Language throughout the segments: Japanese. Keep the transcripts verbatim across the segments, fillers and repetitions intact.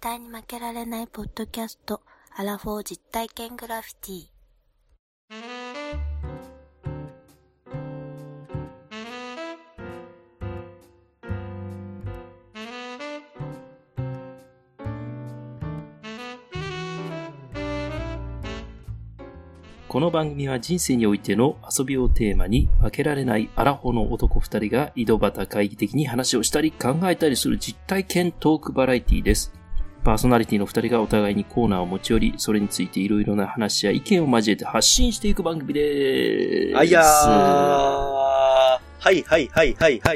対に負けられないポッドキャスト、アラフォー実体験グラフィティ。 この番組は人生においての遊びをテーマに負けられないアラフォーの男二人が井戸端会議的に話をしたり考えたりする実体験トークバラエティです。パーソナリティの二人がお互いにコーナーを持ち寄り、それについていろいろな話や意見を交えて発信していく番組でーす。 あいやーはいはいはいはいはい。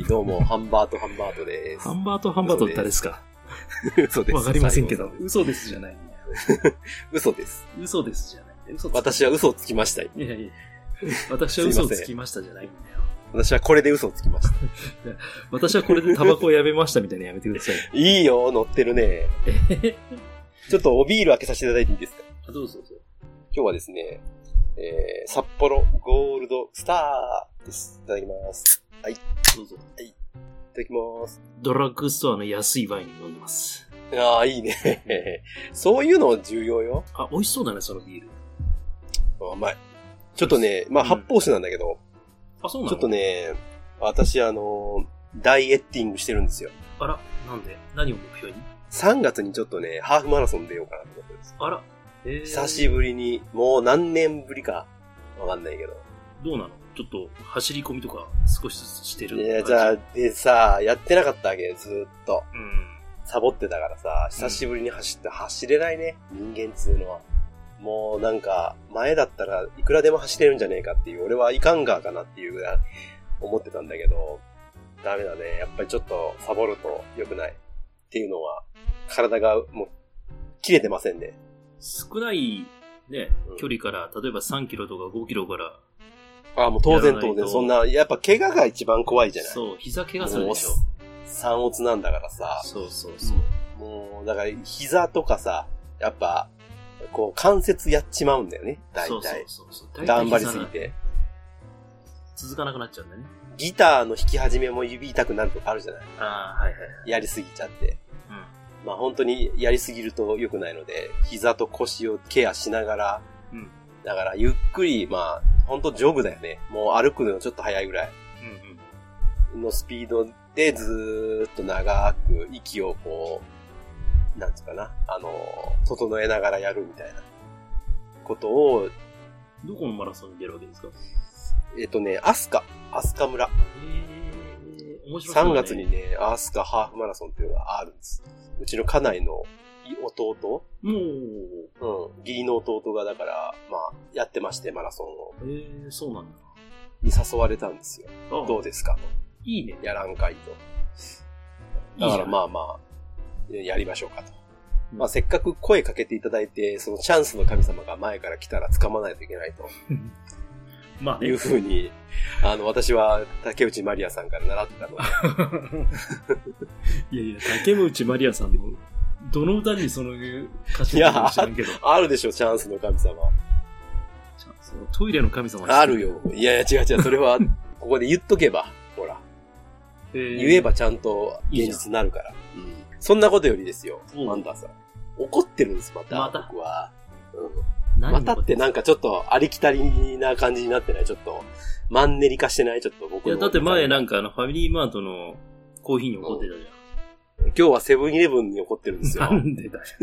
どうも、ハンバートハンバートです。 ハンバートハンバートって誰ですか？ 嘘です。 わかりませんけど。嘘ですじゃない。 嘘です。 嘘ですじゃない。 私は嘘をつきました。いやいや私は嘘をつきましたじゃないんだよ。 私はこれで嘘をつきました。 私はこれでタバコをやめましたみたいなやめてください。 いいよ、乗ってるね。ちょっとおビール開けさせていただいていいですか？ あ、どうぞどうぞ。 今日はですね、えー、札幌ゴールドスターです。いただきます。はい。 どうぞ。 はい。いただきます。 ドラッグストアの安いワイン飲んでます。 ああ、いいね。そういうの重要よ。 あ、美味しそうだね、そのビール。 うまい。ちょっとね、まあ、発泡酒なんだけど、 うん、あ、そうなの？ ちょっとね、私あの、ダイエッティングしてるんですよ。 あら、なんで？何を目標に？ さんがつにちょっとね、ハーフマラソン出ようかなと思ってます。 あら、 えー、久しぶりに、もう何年ぶりか、わかんないけど。 どうなの？ちょっと、走り込みとか少しずつしてる？ いや、じゃあ、でさ、やってなかったわけ、ずーっと。 うん。 サボってたからさ、久しぶりに走って走れないね、人間っつうのは。もうなんか、前だったらいくらでも走れるんじゃねえかっていう、俺はいかんがかなっていうぐらい思ってたんだけど、ダメだね。やっぱりちょっとサボると良くない。っていうのは、体がもう、切れてませんね。 少ないね、うん、距離から、例えばさんキロとかごキロから。 ああ、もう当然当然。そんな、やっぱ怪我が一番怖いじゃない。 そう、膝怪我するでしょ。 三オツなんだからさ。 そうそうそう。 もう、だから膝とかさ、やっぱ、こう関節やっちまうんだよね。大体。そうそうそうそう。頑張りすぎて。 続かなくなっちゃうんだよね。 ギターの弾き始めも指痛くなるとかあるじゃない。 ああ、はいはいはい。 やりすぎちゃって。うん。まあ本当にやりすぎると良くないので、膝と腰をケアしながら、うん。だからゆっくり、まあ、本当ジョグだよね。もう歩くのちょっと早いぐらい。うんうん。のスピードでずーっと長く息をこう、なんつうかな、あの、整えながらやるみたいなことを。 どこのマラソンに出るわけですか？ えっとね、アスカ、アスカ村。へー、面白そうだね。 さんがつにね、アスカハーフマラソンっていうのがあるんです。うちの家内の弟？ もう、 うん、義理の弟がだから、まあ、やってまして、マラソンを。 へー、そうなんだ。 に誘われたんですよ。ああ、どうですかと。 いいね。 やらんかいと。だからまあまあ、やりましょうかと。うん、まあせっかく声かけていただいて、そのチャンスの神様が前から来たら掴まないといけないと。まあね。いうふうに、あの、私は竹内まりやさんから習ってたので。 いやいや、竹内まりやさんでも、どの歌にその歌詞が知らんけど。 いや、あるでしょ、チャンスの神様。 チャンスのトイレの神様あるよ。いやいや、違う違う、それは、ここで言っとけば、ほら。えー、言えばちゃんと現実になるから。いいうん、そんなことよりですよ、マンダーさん。怒ってるんです、また。 また僕は。うん、またってなんかちょっとありきたりな感じになってない？ちょっと、マンネリ化してない？ちょっと僕の。 いや、だって前なんかあの、ファミリーマートのコーヒーに怒ってたじゃん。 うん、今日はセブンイレブンに怒ってるんですよ。 なんでだよ。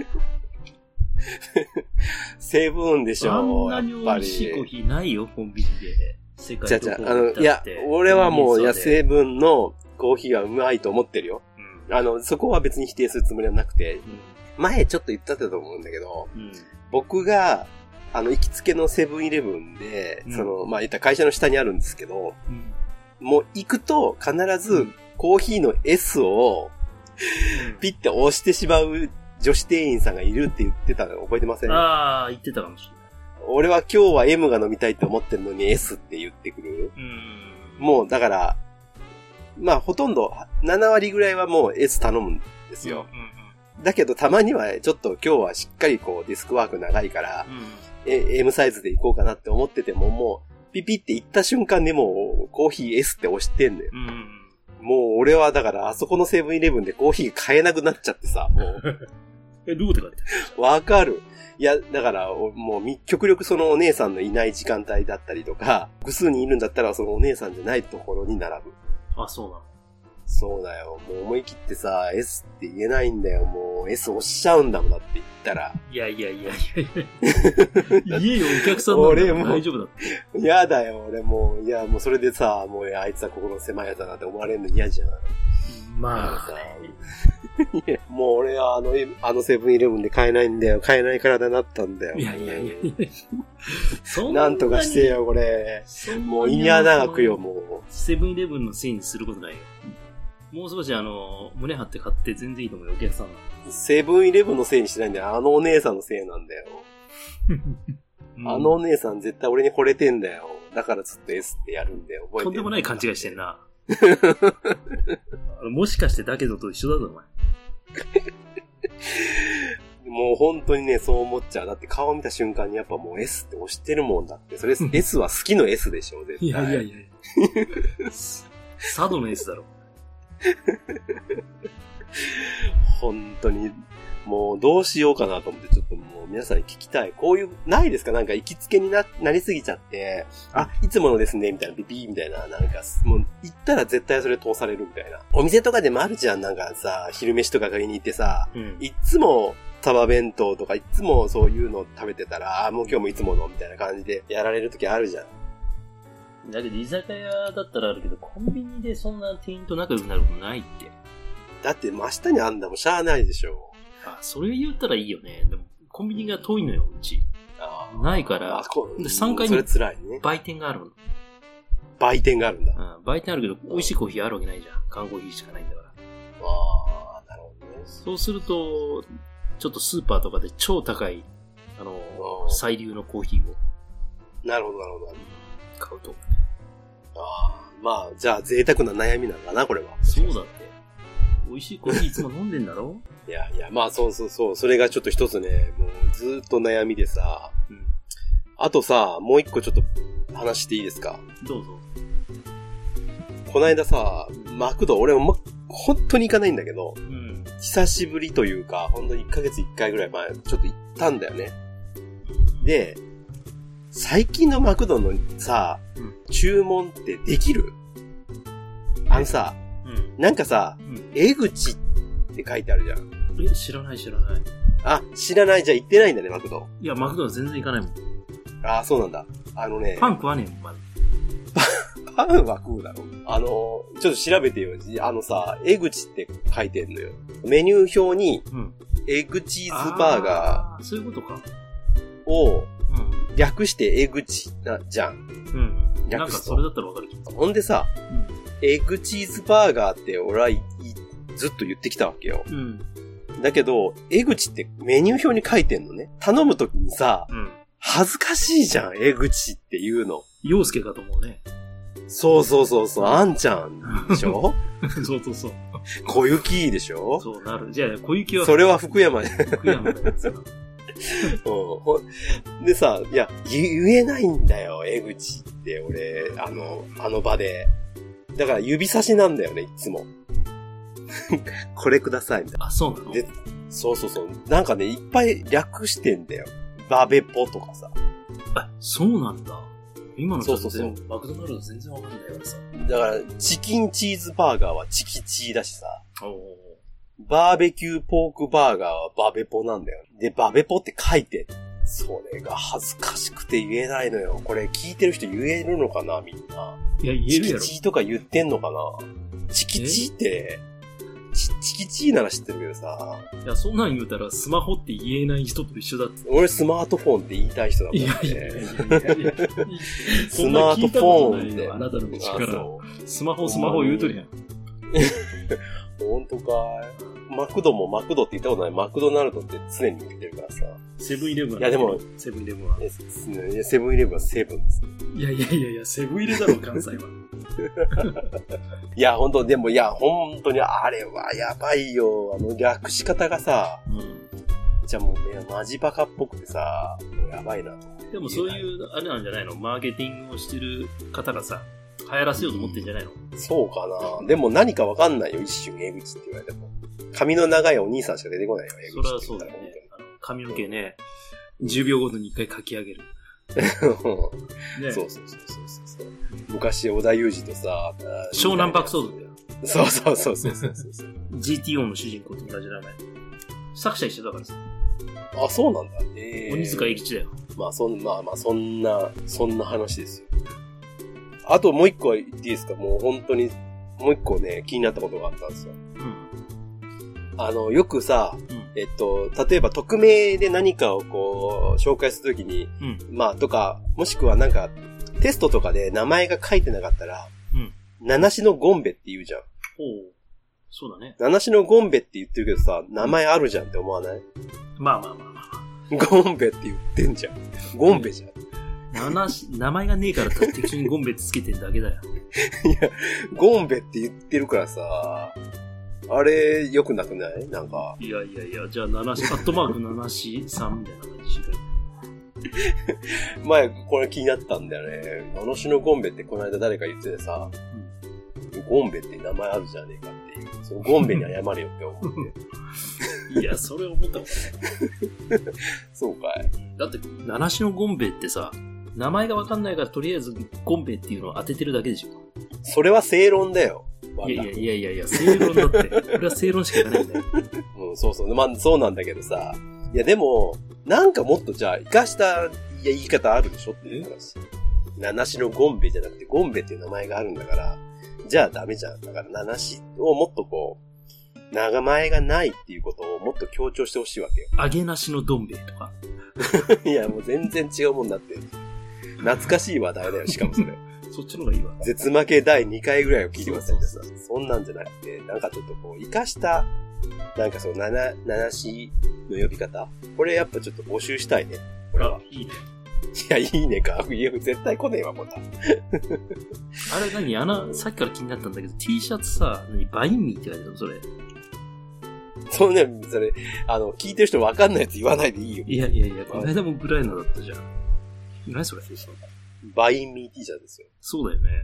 セブンでしょ、 あんなに美味しいコーヒーないよ、コンビニで。世界どこじゃあ、あの、いや、俺はもう、いや、セブンのコーヒーはうまいと思ってるよ。うん、あの、そこは別に否定するつもりはなくて、うん、前ちょっと言ったと思うんだけど、うん、僕が、あの、行きつけのセブンイレブンで、うん、その、まあ、言った会社の下にあるんですけど、うん、もう行くと必ずコーヒーの S を、うん、ピッて押してしまう女子店員さんがいるって言ってたの覚えてません？ ああ、言ってたかもしれない。 俺は今日は M が飲みたいって思ってるのに S って言ってくる。うんもうだから、まあほとんどななわりぐらいはもう S 頼むんですよ。うんうんうん、だけどたまにはちょっと今日はしっかりこうディスクワーク長いから、うん、M サイズで行こうかなって思っててももうピピって行った瞬間にもうコーヒー S って押してんのよ。うんもう俺はだからあそこのセブンイレブンでコーヒー買えなくなっちゃってさ、もう。 え、どうって書いてある？ わかる。いや、だから、もう、極力そのお姉さんのいない時間帯だったりとか、複数人いるんだったらそのお姉さんじゃないところに並ぶ。 あ、そうなの？ そうだよ。もう思い切ってさ、S って言えないんだよ。もう S 押しちゃうんだもんだって言ったら。 いやいやいやいやいや。言えよ、お客さんなんだ俺も大丈夫だって。 嫌だよ、俺もう。いや、もうそれでさ、もうあいつは心狭いやつだなって思われるの嫌じゃん。 まあ、 ね。いや、もう俺はあの、あのセブンイレブンで買えないんだよ。買えない体になったんだよ。 いやいやいやいや。 そんななんとかしてよ、これ。もう嫌長くよ、もう。 セブンイレブンのせいにすることないよ。もう少しあの、胸張って買って全然いいと思うよ、お客さんは。 セブンイレブンのせいにしてないんだよ。あのお姉さんのせいなんだよ。うん、あのお姉さん絶対俺に惚れてんだよ。だからずっと S ってやるんだよ。覚えてる？ とんでもない勘違いしてんな。あのもしかしてだけどと一緒だぞ、お前。 もう本当にね、そう思っちゃう。だって顔見た瞬間にやっぱもう S って押してるもんだって。それ S は好きの S でしょ、絶対。 いやいやいや。佐渡の S だろ。 本当に、もうどうしようかなと思って、ちょっともう皆さんに聞きたい。こういう、ないですか？なんか行きつけにな、なりすぎちゃって、あ、いつものですね、みたいな、ビビーみたいな、なんか、もう行ったら絶対それ通されるみたいな。お店とかでもあるじゃん、なんかさ、昼飯とか買いに行ってさ、うん、いつも、サバ弁当とかいつもそういうの食べてたら、あ、もう今日もいつもの、みたいな感じでやられるときあるじゃん。 だけど居酒屋だったらあるけど、コンビニでそんな店員と仲良くなることないって。 だって真下にあんだもん、しゃあないでしょ。 あ、それ言ったらいいよね。でも、コンビニが遠いのよ、うち。あないから、さんがいに売店があるの。 売店があるんだ。 うん、売店あるけど、美味しいコーヒーあるわけないじゃん。缶コーヒーしかないんだから。 ああ、なるほどね。 そうすると、ちょっとスーパーとかで超高い、あの、最流のコーヒーを。 なるほど、なるほど。 買うとかね。 ああ、まあ、じゃあ贅沢な悩みなんだな、これは。 そうだって。美味しいコーヒーいつも飲んでんだろいやいや、まあそうそうそう。それがちょっと一つね、もうずーっと悩みでさ。うん。あとさ、もう一個ちょっと話していいですか？ どうぞ。 こないださ、マクド、俺も、ま、本当に行かないんだけど、うん、久しぶりというか、ほんといっかげついっかいぐらい前、ちょっと行ったんだよね。で、最近のマクドのさ、うん、注文ってできる？あのさ、うん、なんかさ、うん、江口って書いてあるじゃん。 え、知らない知らない。 あ、知らない。じゃあ行ってないんだね、マクド。 いや、マクドは全然行かないもん。 ああ、そうなんだ。あのね。 パン食わねえもん、まだ。 パンは食うだろ。あの、ちょっと調べてよ。あのさ、江口って書いてんのよ。メニュー表に、うん、エグチーズバーガー。 そういうことか。 を、うん、略して江口な、じゃん。うん。 略すと。なんかそれだったらわかる気が。 ほんでさ、うん、エグチーズバーガーって俺はいずっと言ってきたわけよ。うん。だけど、江口ってメニュー表に書いてんのね。頼むときにさ、うん、恥ずかしいじゃん、江口っていうの。 陽介かと思うね。 そうそうそうそう、あんちゃんでしょそうそうそう。 小雪でしょそうなる。じゃあ、小雪は。 それは福山。 福山のやつな。 うん。でさ、いや、言えないんだよ、江口って俺、あの、あの場で。だから指差しなんだよね、いつも。これください、みたいな。 あ、そうなの？ で、そうそうそう。なんかね、いっぱい略してんだよ。バベポとかさ。 あ、そうなんだ。今のそうそうそう。 マクドナルド全然わかんないからさ。 だから、チキンチーズバーガーはチキチーだしさ。おバーベキューポークバーガーはバベポなんだよ。で、バベポって書いて。それが恥ずかしくて言えないのよ。これ聞いてる人言えるのかな、みんな。 いや、言えるやろ。 チキチーとか言ってんのかな。チキチーって、チ, チキチーなら知ってるけどさ。 いや、そんなん言うたらスマホって言えない人と一緒だって。 俺スマートフォンって言いたい人だもんね。 いやいやいやいやいやスマートフォンって。 あなたの口から。スマホスマホ言うとるやん。 ほんとかい。マクドもマクドって言ったことない。マクドナルドって常に言ってるからさ。 セブンイレブンは。 いやでも、 セブンイレブンは。 いや、セブンイレブンはセブンです。 いやいやいやいや、セブンイレだろ、関西は。 いや、ほんと、でも、いや、ほんとに、あれはやばいよ。あの、略し方がさ、うん、じゃあもうね、マジバカっぽくてさ、もうやばいなと。 でもそういう、あれなんじゃないの？マーケティングをしてる方がさ、 行らせようと思ってんじゃないの？ そうかな。でも何かわかんないよ、一瞬江口って言われても。髪の長いお兄さんしか出てこないよ、江口。 それはそうだよね。あの髪の毛ね、じゅうびょうごとにいっかいかき上げる。 ね、そうそうそうそうそう。昔、織田裕二とさ、 湘南爆走族だよ。 そうそうそうそうそうそう。 ジーティーオー の主人公と同じ名前。作者一緒だからさ。 あ、そうなんだ。えー、鬼塚英吉だよ。 まあ、そん、まあまあ、そんな、そんな話ですよ。あともう一個言っていいですか？もう本当に、もう一個ね、気になったことがあったんですよ。うん。あの、よくさ、うん、えっと、例えば匿名で何かをこう、紹介するときに、うん、まあ、とか、もしくはなんか、テストとかで名前が書いてなかったら、うん。七種のゴンベって言うじゃん。 おう。そうだね。 七種のゴンベって言ってるけどさ、名前あるじゃんって思わない？ まあまあまあまあ。ゴンベって言ってんじゃん。ゴンベじゃん。 七種、名前がねえから適当にゴンベってつけてんだけだよ。 いや、ゴンベって言ってるからさ、あれ、良くなくない？なんか。 いやいやいや、じゃあ七種、アットマーク七種さんみたいな感じで。 前、これ気になったんだよね。七種のゴンベってこの間誰か言っててさ、うん、ゴンベって名前あるじゃねえかっていう。そのゴンベに謝れよって思って。 いや、それ思ったことない。 そうかい。 だって、七種のゴンベってさ、名前がわかんないからとりあえずゴンベっていうのを当ててるだけでしょ。 それは正論だよ。 いやいやいやいやいや、正論だって。これは正論しか言わないんだよ。 うん、そうそう。まあ、そうなんだけどさ。いや、でも、なんかもっとじゃあ、活かした言い方あるでしょっていう話。七種のゴンベじゃなくて、ゴンベっていう名前があるんだから、じゃあダメじゃん。だから七種をもっとこう、名前がないっていうことをもっと強調してほしいわけよ。 揚げなしのどん兵衛とか。 いや、もう全然違うもんだって。懐かしい話題だよ、しかもそれ。 そっちの方がいいわ。 絶負けだいにかいぐらいを聞いてませんでした。そんなんじゃなくて、なんかちょっとこう、活かした、なんかその、七、七しの呼び方？これやっぱちょっと募集したいね。これは。 いいね。 いや、いいねか。いや、絶対来ねえわ、また。 あれ何あの、さっきから気になったんだけど、T シャツさ、何バインミーって書いてるのそれ。 そうね、それ、あの、聞いてる人わかんないやつ言わないでいいよ。 いやいやいや、この間もグライナだったじゃん。何それ？ バインミー T シャツですよ。 そうだよね。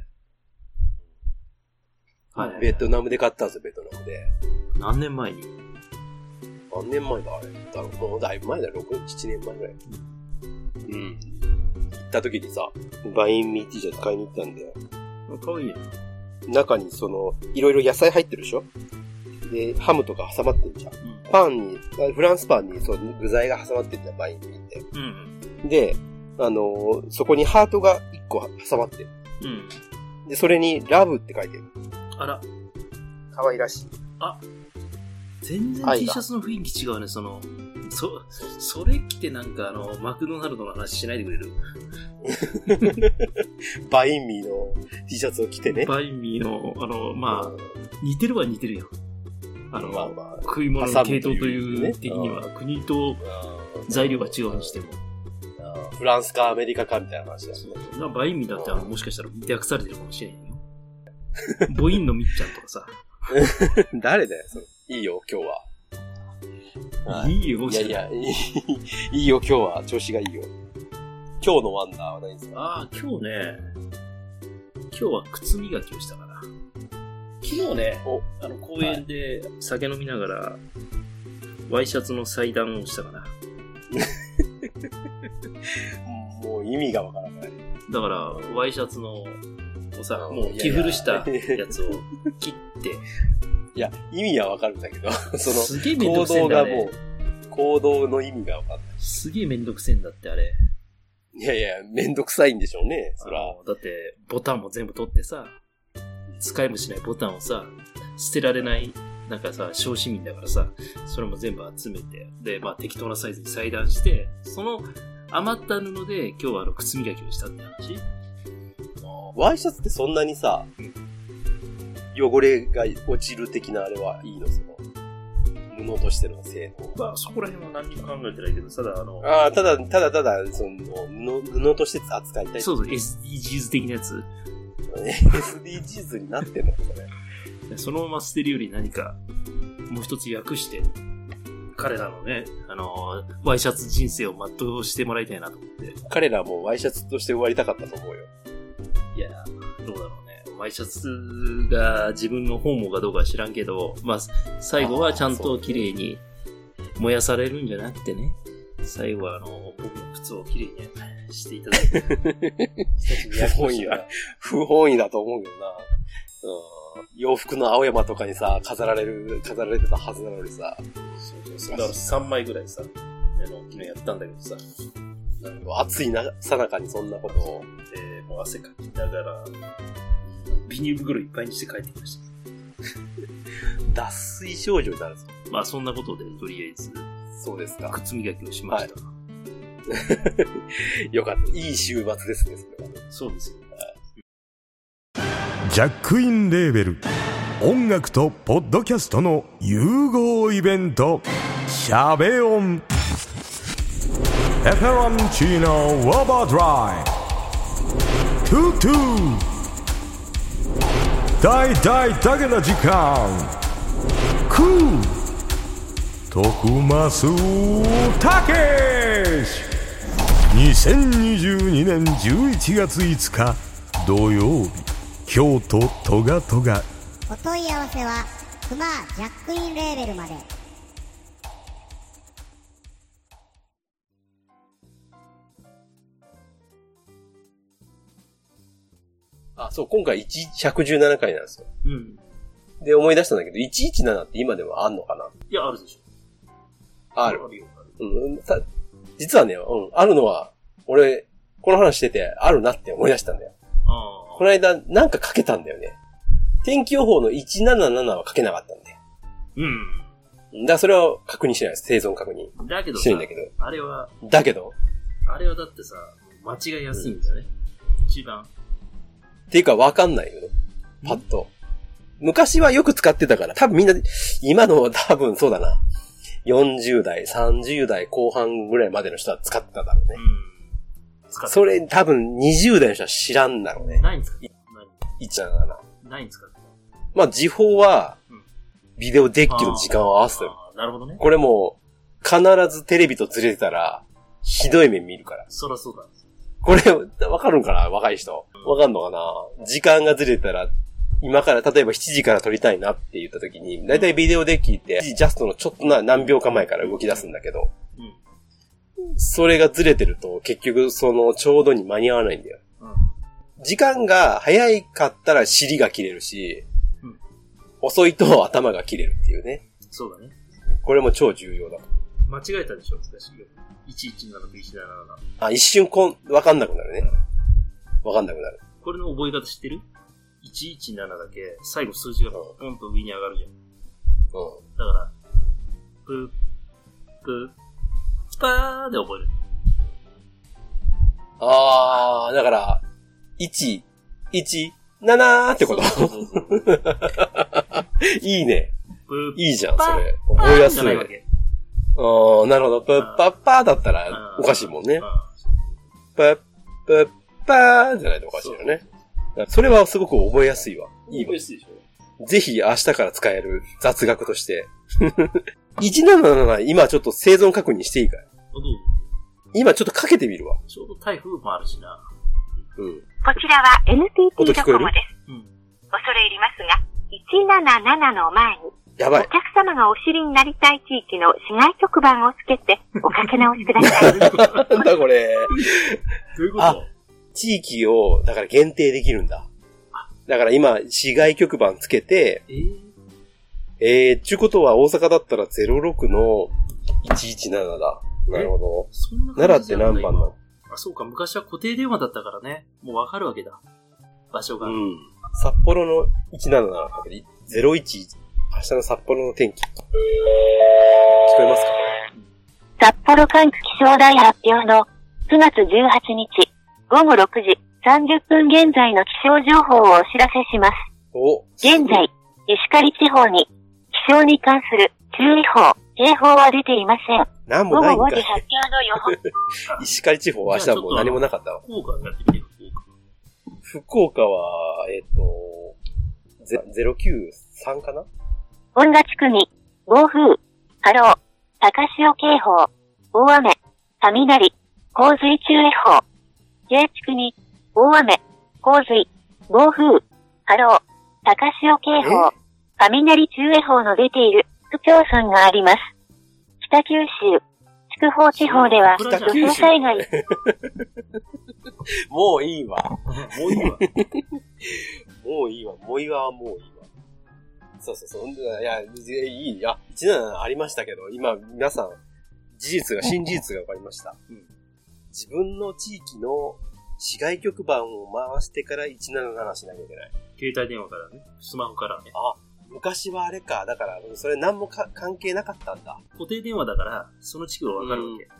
はい。ベトナムで買ったんですよ、ベトナムで。 何年前に？ 何年前だあれ。だろもうだいぶ前だよ、ろく、ななねんまえぐらい。うん。行った時にさ、バインミー T シャツ買いに行ったんだよ。 かわいいね。 中にその、いろいろ野菜入ってるでしょ？で、ハムとか挟まってんじゃん。うん、パンに、フランスパンにそう具材が挟まってんじゃん、バインミーって。うん、で、あのー、そこにハートがいっこ挟まってる。うん。で、それにラブって書いてる。 あら。 可愛らしい。 あ、全然 T シャツの雰囲気違うね、その、そ、それ着てなんかあの、マクドナルドの話しないでくれる？ バインミーの T シャツを着てね。 バインミーの、あの、まあ、似てるは似てるよ。あの、まあまあ、食い物の系統という的には、国と材料が違うにしても。 フランスかアメリカかみたいな話だよね。 バインミーだってあの、もしかしたら略されてるかもしれへんよ。ボインのみっちゃんとかさ。 誰だよ、それ。いいよ、今日は。 はい、いいよ、 いやいや、いい、いいよ、今日は。調子がいいよ。今日のワンダーは何ですか？ ああ、今日ね、今日は靴磨きをしたから。昨日ね、あの、公園で酒飲みながら、ワイシャツの裁断をしたかな。 もう意味がわからない。 だから、ワイシャツの、さ、もう着古したやつを切って。 いや、意味はわかるんだけど、その、 すげえめんどくせえんだ、ね、 行動がもう、行動の意味がわかんない。 すげえめんどくせえんだって、あれ。 いやいや、めんどくさいんでしょうね、そら。 だって、ボタンも全部取ってさ、使いもしないボタンをさ、捨てられない、なんかさ、小市民だからさ、それも全部集めて、で、まあ適当なサイズに裁断して、その余った布で今日はあの靴磨きをしたって話？ ワイシャツってそんなにさ、うん、汚れが落ちる的なあれはいいの？その、布としての性能。 まあそこら辺は何にも考えてないけど、ただあの、 ああ、ただ、ただただ、その、布、布として扱いたい。 そうそう、エスディージーズ 的なやつ。 エスディージーズ になってんのかね。 そのまま捨てるより何か、もう一つ訳して、彼らのね、あの、ワイシャツ人生を全うしてもらいたいなと思って。 彼らもワイシャツとして終わりたかったと思うよ。 いや、どうだろうね。 ワイシャツが自分の本望かどうかは知らんけど、まあ、最後はちゃんと綺麗に燃やされるんじゃなくてね、最後はあの、僕の靴を綺麗にしていただいて。 不本意だ。不本意だと思うけどな。うん、洋服の青山とかにさ、飾られる、飾られてたはずなのにさ。 そうそう。だからさんまいぐらいさ、あの、昨日やったんだけどさ。 暑いな、さなかにそんなことを。 で、もう汗かきながら、ビニール袋いっぱいにして帰ってきました。 脱水症状になるんですか？ まあそんなことで、とりあえず。 そうですか。 靴磨きをしました。はい、 よかった。いい週末ですね、それは。 そうですよ。 ジャックインレーベル音楽とポッドキャストの融合イベントシャベオンペペロンチーノウォーバードライトゥトゥ大大だけの時間クー徳増たけしにせんにじゅうにねんじゅういちがついつか土曜日京都トガトガ。 お問い合わせはクマジャックインレーベルまで。 あ、そう、今回ひゃくじゅうななかいなんですよ。 うん。 で、思い出したんだけど、いちいちななって今でもあんのかな？ いや、あるでしょ。 ある。 あるよ、ある。 うん。た、実はね、うん、あるのは、俺、この話してて、あるなって思い出したんだよ。 ああ。 この間、なんかかけたんだよね。天気予報のいちななななはかけなかったんだよ。 うん。 だからそれは確認してないです。生存確認。 だけどしてないんだけど。 あれは、 だけどあれはだってさ、間違いやすいんだよね。うん、一番。 っていうかわかんないよね。パッと。昔はよく使ってたから、多分みんな、今の多分そうだな。よんじゅうだい、さんじゅうだいこう半ぐらいまでの人は使ってただろうね。うん。使ってた。それ多分にじゅうだいの人は知らんだろうね。 何使ってた？ いちなななな。 何使ってた？ まあ、時報は、ビデオデッキの時間を合わせてる。 なるほどね。 これも、必ずテレビとずれてたら、ひどい目見るから。 そらそうだ。 これ、わかるんかな若い人。わかんのかな時間がずれたら、今から、例えばしちじから撮りたいなって言った時に、だいたいビデオデッキって、ジャストのちょっとな何秒か前から動き出すんだけど、うん、それがずれてると、結局、その、ちょうどに間に合わないんだよ。うん、時間が早いかったら尻が切れるし、うん、遅いと頭が切れるっていうね。 そうだね。 これも超重要だ。 間違えたでしょ、難しいよ。いちいちななといちなななな。 あ、一瞬こん、わかんなくなるね。わかんなくなる。 これの覚え方知ってる ?いちいちなな だけ、最後数字がポンと上に上がるじゃん。うん。だから、ぷ、ぷ、ぱーで覚える。 あー、だから、いち、いち、ななーってこと。そうそうそういいね。いいじゃん、それ。覚えやすい。ああ、なるほど。ぷっぱっぱーだったらおかしいもんね。ぷっぷっぱーじゃないとおかしいよね。それはすごく覚えやすいわ。 いいわ。 ぜひ明日から使える雑学として。いちなななな、今ちょっと生存確認していいかい？今ちょっとかけてみるわ。 ちょうど台風もあるしな。 うん。こちらは エヌティーティー ドコモです。うん。恐れ入りますが、いちななななの前に、 やばい。 お客様がお知りになりたい地域の市街局番をつけておかけ直しください。 なんだこれ。 どういうこと？ あ、地域を、だから限定できるんだ。だから今、市街局番つけて、えー、えー、ちゅうことは大阪だったらゼロろくのいちいちななだ。なるほど。 そんな奈良って何番なの？ あ、そうか、昔は固定電話だったからね。もうわかるわけだ。場所が。 うん。札幌のいちなななかけるゼロいち、明日の札幌の天気。聞こえますか？ 札幌管区気象台発表のくがつじゅうはちにちごごろくじさんじゅっぷん現在の気象情報をお知らせします。 お、 現在、石狩地方に気象に関する注意報、警報は出ていません。 なんもないんかい。 ごごごじ発表の予報。 石狩地方は明日はもう何もなかったわ。 福岡やってみて、福岡。 福岡は、えっと、ゼロきゅうさんかな？ 本田地区に暴風、波浪、高潮警報、大雨、雷、洪水注意報。J 地区に大雨、洪水、暴風、 波浪、高潮警報、雷注意報の出ている区町村があります。北九州、筑豊地方では土砂災害。 もういいわ。 もういいわ。 もういいわ。もういいわはもういいわ。そうそうそう。いや、いい。いや、一年ありましたけど、今皆さん、事実が、新事実が分かりました。うん、自分の地域の市外局番を回してからいちななななしなきゃいけない。 携帯電話からね。スマホからね。 あ、昔はあれか。だから、それ何もか関係なかったんだ。 固定電話だから、その地区が分かるわけ、うん。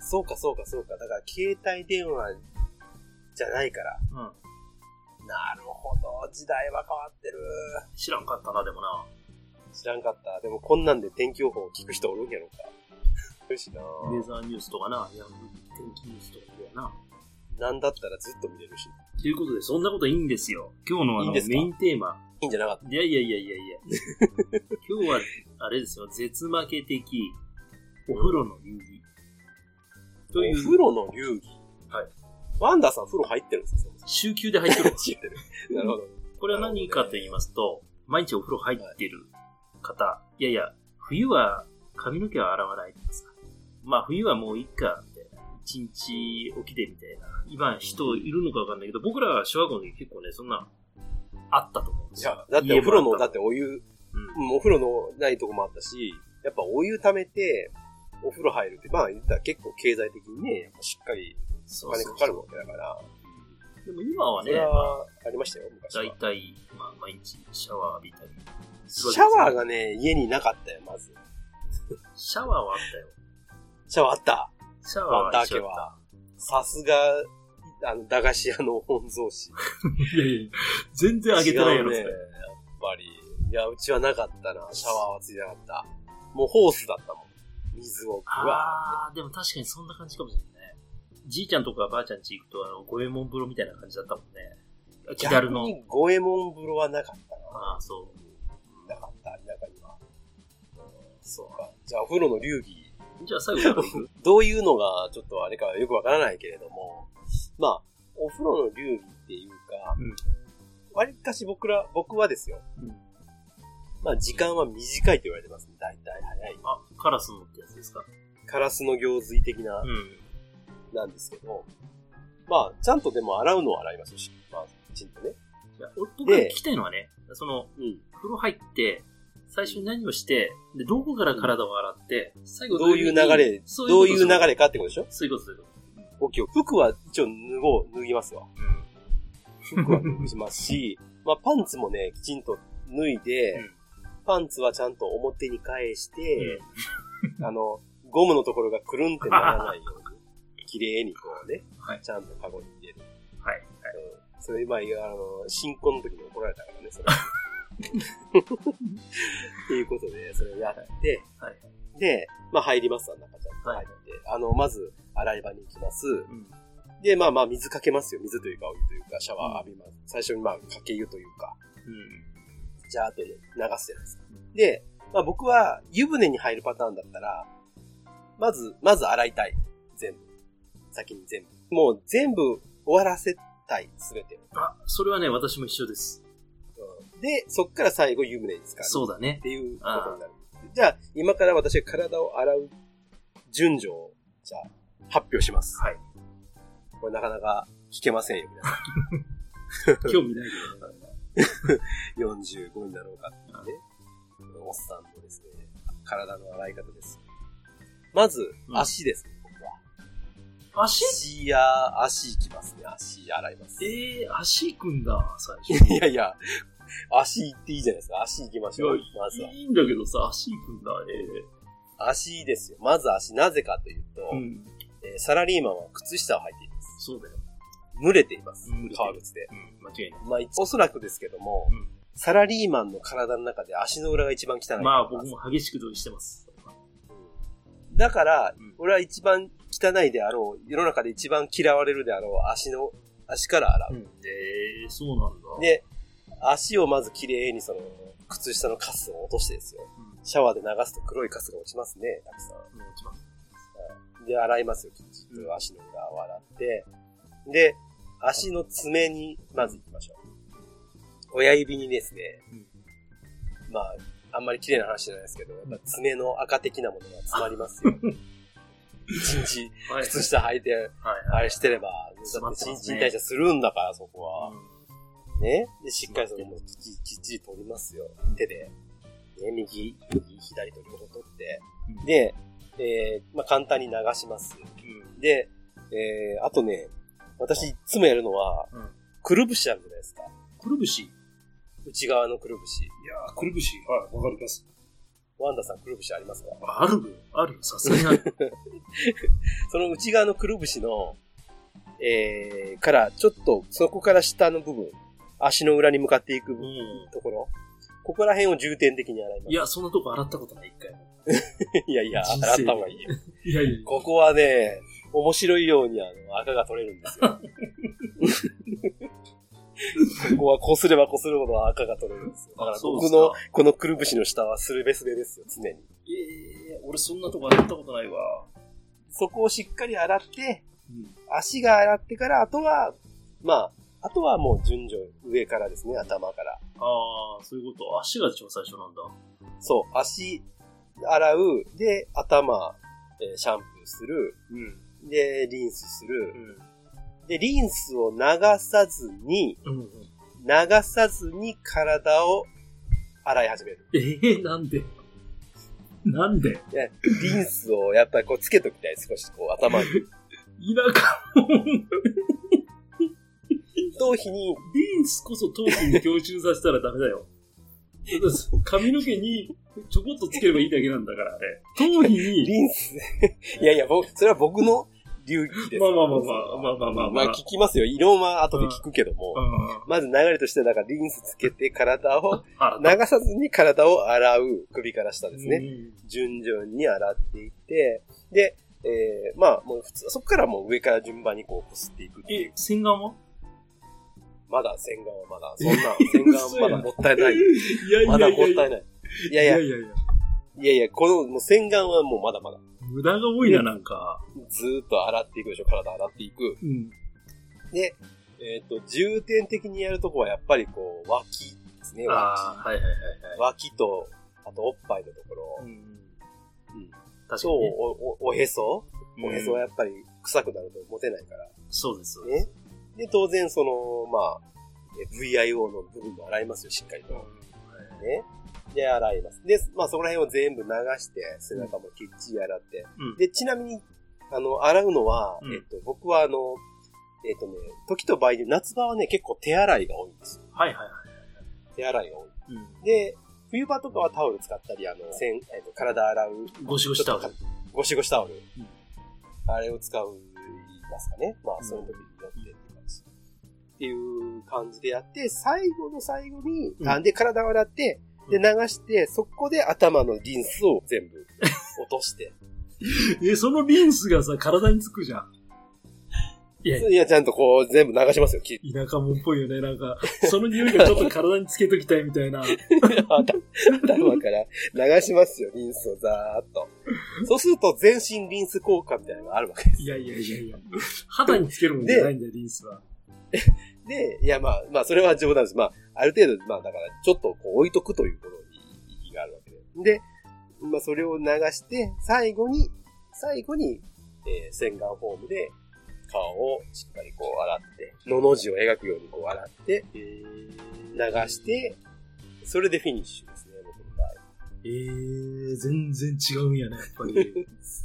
そうか、そうか、そうか。だから、携帯電話じゃないから。うん。なるほど。時代は変わってる。 知らんかったな、でもな。 知らんかった。でも、こんなんで天気予報を聞く人おるんやろうか。よしな。 ウェザーニュースとかな、ヤング天気ニュースとかやな。 なんだったらずっと見れるし。 ということで、そんなこといいんですよ。今日のあの、いいメインテーマ。 いいんじゃなかった？ いやいやいやいやいや。今日は、あれですよ、絶負け的、お風呂の流儀。 という。お風呂の流儀？はい。ワンダーさん風呂入ってるんですか？ 週休で入ってる。 知ってる。なるほど。 これは何かと言いますと、毎日お風呂入ってる方、はい、いやいや、冬は髪の毛は洗わないとかさ。まあ冬はもういっか、みたいな。一日起きてみたいな。今人いるのかわかんないけど、僕らは小学校の時結構ね、そんな、あったと思うんですよ。 いや、だってお風呂の、だってお湯、うん、お風呂のないとこもあったし、やっぱお湯溜めて、お風呂入るって、まあ言ったら結構経済的にね、やっぱしっかりお金かかるわけだから。そうそうそう、 でも今はね、 それはありましたよ、昔は。 だいたい、まあ毎日シャワー浴びたり。 シャワーがね、家になかったよ、まず。 シャワーはあったよ。 シャワーあった。 シャワーはあった。 ワンダー家は。さすが、あの、駄菓子屋の御曹司。 いやいや、全然あげてないやろ、 ね、やっぱり。いや、うちはなかったな。シャワーはついてなかった。もうホースだったもん。水を。 ああ、でも確かにそんな感じかもしれないね。じいちゃんとかばあちゃん家行くと、あの、五右衛門風呂みたいな感じだったもんね。 木だるの。逆に五右衛門風呂はなかったな。 ああ、そう。 なかった、中には。そうか。じゃあ、お風呂の流儀。 じゃあ最後からどういうのがちょっとあれかよくわからないけれども、まあ、お風呂の流儀っていうか、うん、割かし僕ら、僕はですよ。うん、まあ、時間は短いと言われてますね。だいたい早い。 あ、カラスのってやつですか？ カラスの行水的な、うん、なんですけど、まあ、ちゃんとでも洗うのは洗いますし、まあ、きちんとね。 いや、僕が聞きたいのはね、その、うん、風呂入って、最初に何をして、で、どこから体を洗って、うん、最後どういう流れ、どういう流れかってことでしょ？ そういうこと、そういうこと。 オッケー。服は一応脱ごう、脱ぎますよ。うん、服は脱ぎますし、まあパンツもね、きちんと脱いで、うん、パンツはちゃんと表に返して、うん、あの、ゴムのところがくるんってならないように、綺麗にこうね、はい、ちゃんとカゴに入れる。はい。はい、うん、それ、まあ、あの、新婚の時に怒られたからね、それ。っていうことで、それをやって、はい、で、まあ入ります、中ちゃんと入って、はい、あの、まず、洗い場に行きます。うん、で、まあまあ、水かけますよ。水というか、お湯というか、シャワー浴びます。うん、最初にまあ、かけ湯というか、うん、じゃあ、後で流すじゃないですか。うん、で、まあ僕は、湯船に入るパターンだったら、まず、まず洗いたい。全部。先に全部。もう全部終わらせたい。すべて。 あ、それはね、私も一緒です。 で、そっから最後湯船に浸かる。 そうだね。 っていうことになる。じゃあ、今から私が体を洗う順序を、じゃあ、発表します。はい。これなかなか聞けませんよ、皆さん。興味ないけどね。 よんじゅうごになろうかっていうね。おっさんのですね、体の洗い方です。まず、足です、ね、うん、僕は。 足？ 足や、足行きますね。足洗います。 ええー、足行くんだ、最初。 いやいや、足行っていいじゃないですか。足行きましょう。まずは。 いいんだけどさ、足行くんだ、ええー。 足ですよ。まず足。なぜかというと、うんえー、サラリーマンは靴下を履いています。 そうだよ。 濡れています。革靴で。 うん、間違いない。 まあ、おそらくですけども、うん、サラリーマンの体の中で足の裏が一番汚い。 まあ、僕も激しく同意してます。 うん、だから、うん、俺は一番汚いであろう、世の中で一番嫌われるであろう、足の、足から洗う。うん、 えー、そうなんだ。 で、足をまずきれいにその、靴下のカスを落としてですよ。うん、シャワーで流すと黒いカスが落ちますね、たくさん。うん、落ちます。で、洗いますよ、きちっと足の裏を洗って。で、足の爪にまず行きましょう。 親指にですね、うん、まあ、あんまり綺麗な話じゃないですけど、やっぱ爪の赤的なものが詰まりますよ。一日、靴下履いて、はいはい、あれしてれば、だって新陳代謝するんだから、そこは。うん、ね。で、しっかりそれもきっちり取りますよ。手で。ね、右、右、左と両方取って。うん、で、えー、まあ、簡単に流します。うん、で、えー、あとね、私いつもやるのは、うん、くるぶしあるじゃないですか。 くるぶし内側のくるぶし。いやー、くるぶし。はい、わかります。 ワンダさん、くるぶしありますか？ あるよ。あるよ。さすがにある。 その内側のくるぶしの、えー、から、ちょっと、そこから下の部分、足の裏に向かっていくところ、うん、ここら辺を重点的に洗います。 いや、そんなとこ洗ったことない、一回も。いやいや、洗った方がいいよ。 いやいや。 ここはね、面白いようにあの、赤が取れるんですよ。ここはこすればこするほど赤が取れるんですよ。だから僕のこのくるぶしの下はスルベスレですよ、常に。 ええー、俺そんなとこ洗ったことないわ。 そこをしっかり洗って、うん、足が洗ってから、あとは、まあ、あとはもう順序上からですね、頭から。 ああ、そういうこと。足が一番最初なんだ。 そう、足洗う、で、頭、えー、シャンプーする、うん、で、リンスする、うんで、リンスを流さずに、うんうん、流さずに体を洗い始める。 えー、なんでなんでいやリンスをやっぱりこうつけときたい、少しこう頭に。 田舎もん。 頭皮に。 リンスこそ頭皮に吸収させたらダメだよ。髪の毛にちょこっとつければいいだけなんだからね。頭皮に。 リンス。いやいや、それは僕の流儀です。 まあまあまあまあ、まあまあまあまあ。 まあ聞きますよ。異論は後で聞くけども。まず流れとしては、だからリンスつけて体を、流さずに体を洗う。首から下ですね。順々に洗っていって、で、えー、まあもう普通、そこからもう上から順番にこうこすっていくっていう。 え、洗顔はまだ洗顔はまだ、そんな、洗顔はまだもったいない。いやいやいやまだもったいない。いやいやいやいや。いやいや、このもう洗顔はもうまだまだ。 無駄が多いな、なんか。 ずーっと洗っていくでしょ、体洗っていく。うん、で、えっ、ー、と、重点的にやるとこはやっぱりこう、脇ですね、脇。 あはいはいはいはい。 脇と、あとおっぱいのところ。うん。うん。 確かに、ね。 そう、お、お、おへそ、うん、おへそはやっぱり臭くなると持てないから。 そうです。 ね。で、当然その、まあ、ブイアイオー の部分も洗いますよ、しっかりと。うん、ね。で、洗います。で、まあ、そこら辺を全部流して、背中もきっちり洗って。うん、で、ちなみに、あの、洗うのは、うん、えっと、僕はあの、えっとね、時と場合で、夏場はね、結構手洗いが多いんですよ。 はいはいはい。 手洗いが多い。うん、で、冬場とかはタオル使ったり、あの、せん、えっと、体洗う。 ゴシゴシタオル。 ゴシゴシタオル。うん、あれを使う、ますかね。まあ、その時によってって感じ。っていう感じでやって、最後の最後に、なんで体を洗って、で、流して、そこで頭のリンスを全部落として。 え、そのリンスがさ、体につくじゃん。 いや、いやちゃんとこう、全部流しますよ。 田舎もんっぽいよね、なんか。その匂いがちょっと体につけときたいみたいな。 頭から流しますよ、リンスをざーっと。そうすると、全身リンス効果みたいなのがあるわけです。 いやいやいやいや。肌につけるもんじゃないんだよ、リンスは。 で、いやまあ、まあ、それは冗談です。まあ、ある程度、まあ、だから、ちょっとこう置いとくということに意義があるわけで。で、まあ、それを流して、最後に、最後に、えー、洗顔フォームで、顔をしっかりこう洗って、のの字を描くようにこう洗って、流して、それでフィニッシュですね、僕の場合。 えー、全然違うんやね、やっぱり。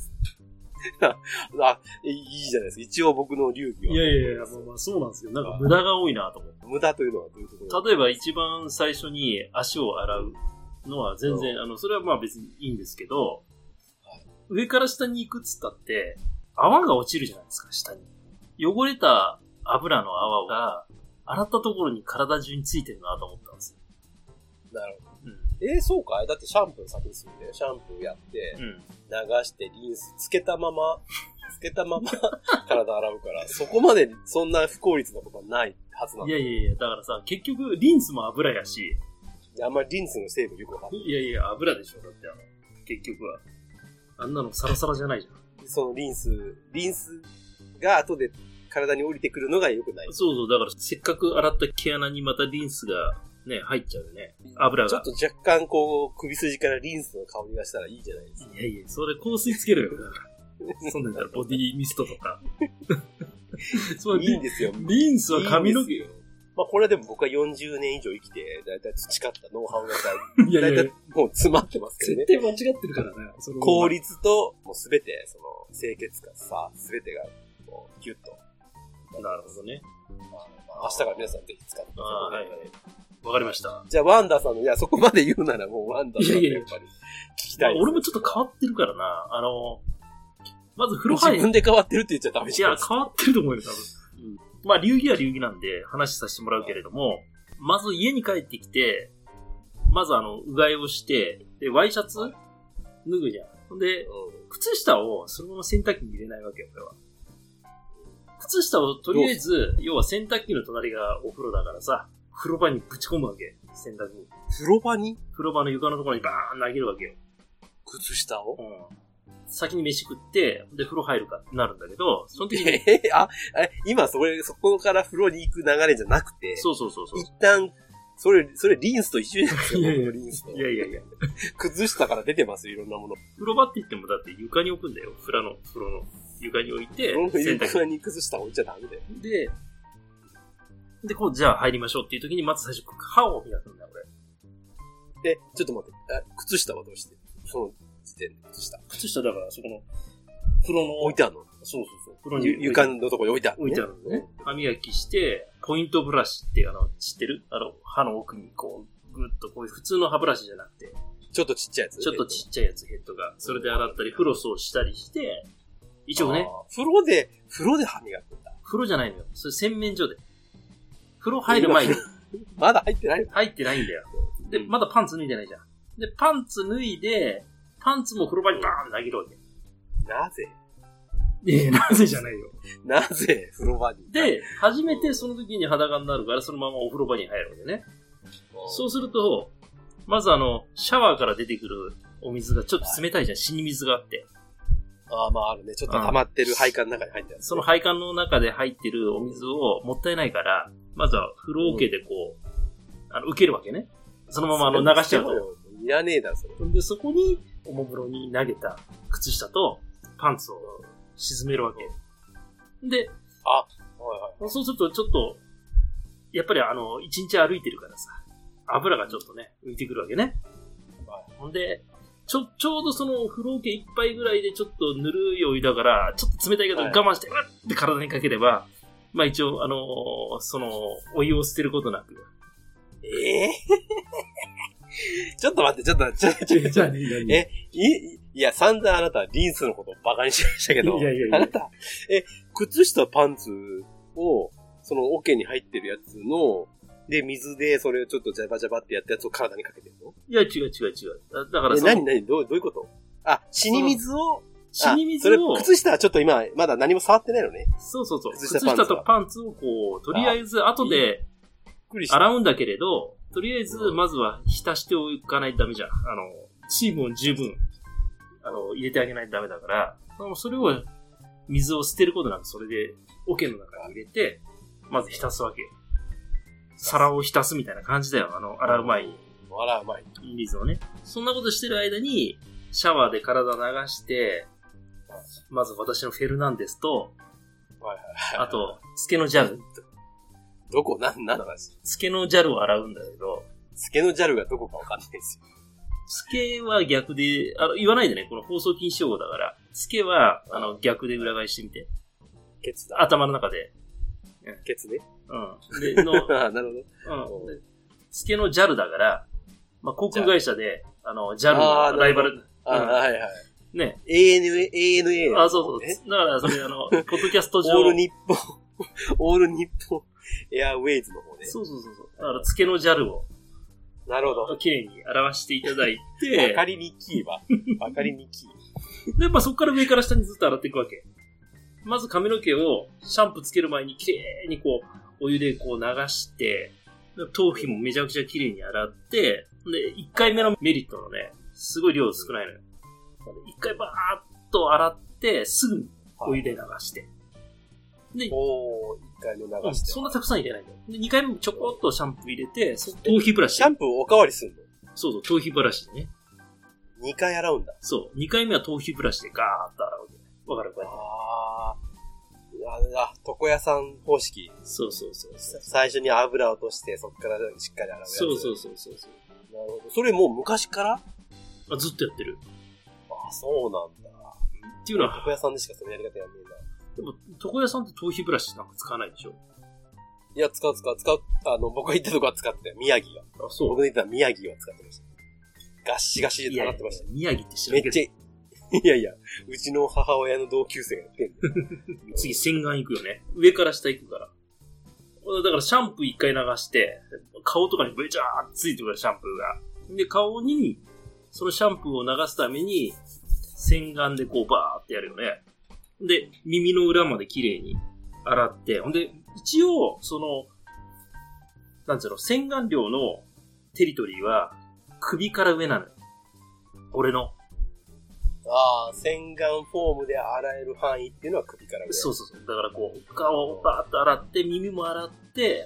あ、いいじゃないですか。一応僕の流儀は。 いやいやいや、まあまあそうなんですよ。なんか無駄が多いなと思って。 無駄というのはどういうところ？ 例えば一番最初に足を洗うのは全然、あの、それはまあ別にいいんですけど、はい、上から下に行くっつったって、泡が落ちるじゃないですか、下に。汚れた油の泡が、洗ったところに体中についてるなと思ったんですよ。 なるほど。うん、えー、そうかい？だってシャンプー先にするんだよ。シャンプーやって、うん、流してリンスつけたまま、つけたまま体洗うから、そこまでそんな不効率なことはないはずなんだ。 いやいやいや、だからさ、結局リンスも油やし。 あんまりリンスの成分よくわかんない。 いやいや、油でしょ、だってあの、結局は。あんなのサラサラじゃないじゃん。 そのリンス、リンスが後で体に降りてくるのが良くない。 そうそう、だからせっかく洗った毛穴にまたリンスがね、入っちゃうよね。油が。 ちょっと若干こう、首筋からリンスの香りがしたらいいじゃないですか。 いやいや、それ香水つけるよ。そんなんだらボディミストとか。 そういいんですよ。 リンスは髪の毛よ。 まあこれでも僕はよんじゅうねん以上生きて、だいたい培ったノウハウがさ、 いやいやいやだいたいもう詰まってますけどね。 絶対間違ってるからね。 効率と、もうすべて、その、清潔感さ、すべてが、こう、ギュッと。 なるほどね。 まあ、明日から皆さんぜひ使ってください。 あはいはい。わかりました。 じゃあ、ワンダーさんの、いや、そこまで言うならもうワンダーさんのやっぱり、聞きたい、 まあ。俺もちょっと変わってるからな。あの、まず風呂入る。 自分で変わってるって言っちゃダメじゃん。いや、変わってると思うよ、多分。うん、まあ、流儀は流儀なんで話させてもらうけれども、まず家に帰ってきて、まずあの、うがいをして、で、ワイシャツ脱ぐじゃん。で、靴下をそのまま洗濯機に入れないわけよ、これは。靴下をとりあえず、要は洗濯機の隣がお風呂だからさ、風呂場にぶち込むわけ、洗濯に。 風呂場に風呂場の床のところにバーン投げるわけよ。 靴下をうん。先に飯食って、で、風呂入るかってなるんだけど、その時に。 えー、あ、え、今それ、そこから風呂に行く流れじゃなくて。 そうそうそうそう。 一旦、それ、それリンスと一緒じゃないですか、 いやいやリンスと。 いやいやいや。 崩したから出てますよ、いろんなもの。 風呂場って言ってもだって床に置くんだよ。風呂の、風呂の床に置いて。 風呂の床に崩した置いちゃダメだよ。 で、で、こう、じゃあ入りましょうっていう時に、まず最初、歯を磨くんだよ、 俺。え、ちょっと待って。あ、靴下はどうしてその時点で靴下。 靴下だから、そこの、風呂の。 置いてあるのそうそうそう。風呂に。床のところに置いてある、 ね。置いてあるのね。歯磨きして、ポイントブラシっていうあの、知ってるあの、歯の奥にこう、ぐっとこういう普通の歯ブラシじゃなくて。 ちょっとちっちゃいやつ。 ちょっとちっちゃいやつ、ヘッドが。それで洗ったり、フロスをしたりして、一応ね。 風呂で、風呂で歯磨くんだ。 風呂じゃないのよ。それ洗面所で。風呂入る前に。 まだ入ってないの入ってないんだよ。で、まだパンツ脱いでないじゃん。で、パンツ脱いで、パンツも風呂場にバーン投げるわけ。 なぜいや、なぜじゃないよ。 なぜ風呂場に。 で、初めてその時に裸になるから、そのままお風呂場に入るわけね。そうすると、まずあの、シャワーから出てくるお水がちょっと冷たいじゃん。死に水があって。 ああ、まああるね。ちょっと溜まってる配管の中に入ってる、ね。 その配管の中で入ってるお水をもったいないから、まずは風呂桶でこう、うん、あの、受けるわけね。そのままあの流しちゃうと。 いらねえだ、それ。 で、そこに、おもむろに投げた靴下とパンツを沈めるわけ。で、 あ、はいはい。 そうするとちょっと、やっぱりあの、一日歩いてるからさ、油がちょっとね、浮いてくるわけね。ほんで、ちょ、ちょうどその風呂桶一杯ぐらいでちょっとぬるいお湯だから、ちょっと冷たいけど我慢して、うわって体にかければ、まあ一応、あのー、その、お湯を捨てることなく。 ええー、ちょっと待って、ちょっと、ちょっと、ちょっと、ちょっと、え、い、いや、散々あなたはリンスのことをバカにしましたけど、 いやいやいやあなた、え、靴下パンツを、その桶に入ってるやつの、で、水でそれをちょっとジャバジャバってやったやつを体にかけてるの？ いや、違う違う違う。だ, だからえ、なになにどう、どういうこと？あ、死に水を、 死に水を、 それ、靴下はちょっと今、まだ何も触ってないのね。 そうそうそう。 靴下, 靴下とパンツをこう、とりあえず後で洗うんだけれど、とりあえずまずは浸しておかないとダメじゃん。あの、水分を十分、あの、入れてあげないとダメだから、それを、水を捨てることなく、それで、桶の中に入れて、まず浸すわけよ。皿を浸すみたいな感じだよ。あの、洗う前に。 洗う前に。水をね。そんなことしてる間に、シャワーで体流して、まず私のフェルナンデスと、 はいはいはい、 あと、つけのジャル。 どこなん、なんの話？ つけのジャルを洗うんだけど。 つけのジャルがどこかわかんないですよ。 つけは逆で、あの、言わないでね、この放送禁止用語だから。つけは、あの、逆で裏返してみて。 ケツだ。 頭の中で。 うん、ケツね。 うん。で、の、 あなるほど。うん。つけのジャルだから、まあ、航空会社で、あの、ジャルのライバル。 あ、うん、はいはい。 ね。 エーエヌエー、エーエヌエー。 あ、そうそう。だから、それ、あの、ポッドキャスト上。 オール日本、オール日本エアウェイズの方ね。 そうそうそうそう。だから、つけのジャルを。 なるほど。 綺麗に表していただいて。 わかりにきいわ。わかりにきい。 で、まあ、そこから上から下にずっと洗っていくわけ。まず髪の毛をシャンプーつける前に綺麗にこう、お湯でこう流して、頭皮もめちゃくちゃ綺麗に洗って、で、いっかいめのメリットのね、すごい量少ないのよ。いっかいバーっと洗って、すぐお湯で流して。 で、 おー、いっかいめ流して。 そんなたくさん入れないんだよ。で、にかいめもちょこっとシャンプー入れて、頭皮ブラシ。 シャンプーおかわりすんの？ そうそう、頭皮ブラシでね。 にかい洗うんだ。 そう。にかいめは頭皮ブラシでガーッと洗うわけね。わかるこうやって。 あー。あ、あ、床屋さん方式。 そうそうそうそう。 最初に油を落として、そこからしっかり洗うやつ。 そうそうそうそうそう。 なるほど。それもう昔から？ あ、ずっとやってる。 あ、そうなんだ。 っていうのは、 床屋さんでしかそのやり方やんねえな。 でも、床屋さんって頭皮ブラシなんか使わないでしょ？ いや、使う使う、使う。あの、僕が行ったとこは使ってたよ。宮城が。 あ、そう。 僕の行った宮城は使ってました。ガッシガシで洗ってました。 宮城って知らんけど。 めっちゃ、いやいや、うちの母親の同級生がやってんの。 次、洗顔行くよね。上から下行くから。だから、シャンプー一回流して、顔とかにべちゃーってついてくるシャンプーが。で、顔に、そのシャンプーを流すために、洗顔でこうバーってやるよね。で、耳の裏まで綺麗に洗って、ほんで、一応、その、なんつうの、洗顔料のテリトリーは、首から上なのよ。俺の。 ああ、洗顔フォームで洗える範囲っていうのは首から上。 そうそうそう。だからこう、顔をバーッと洗って、耳も洗って、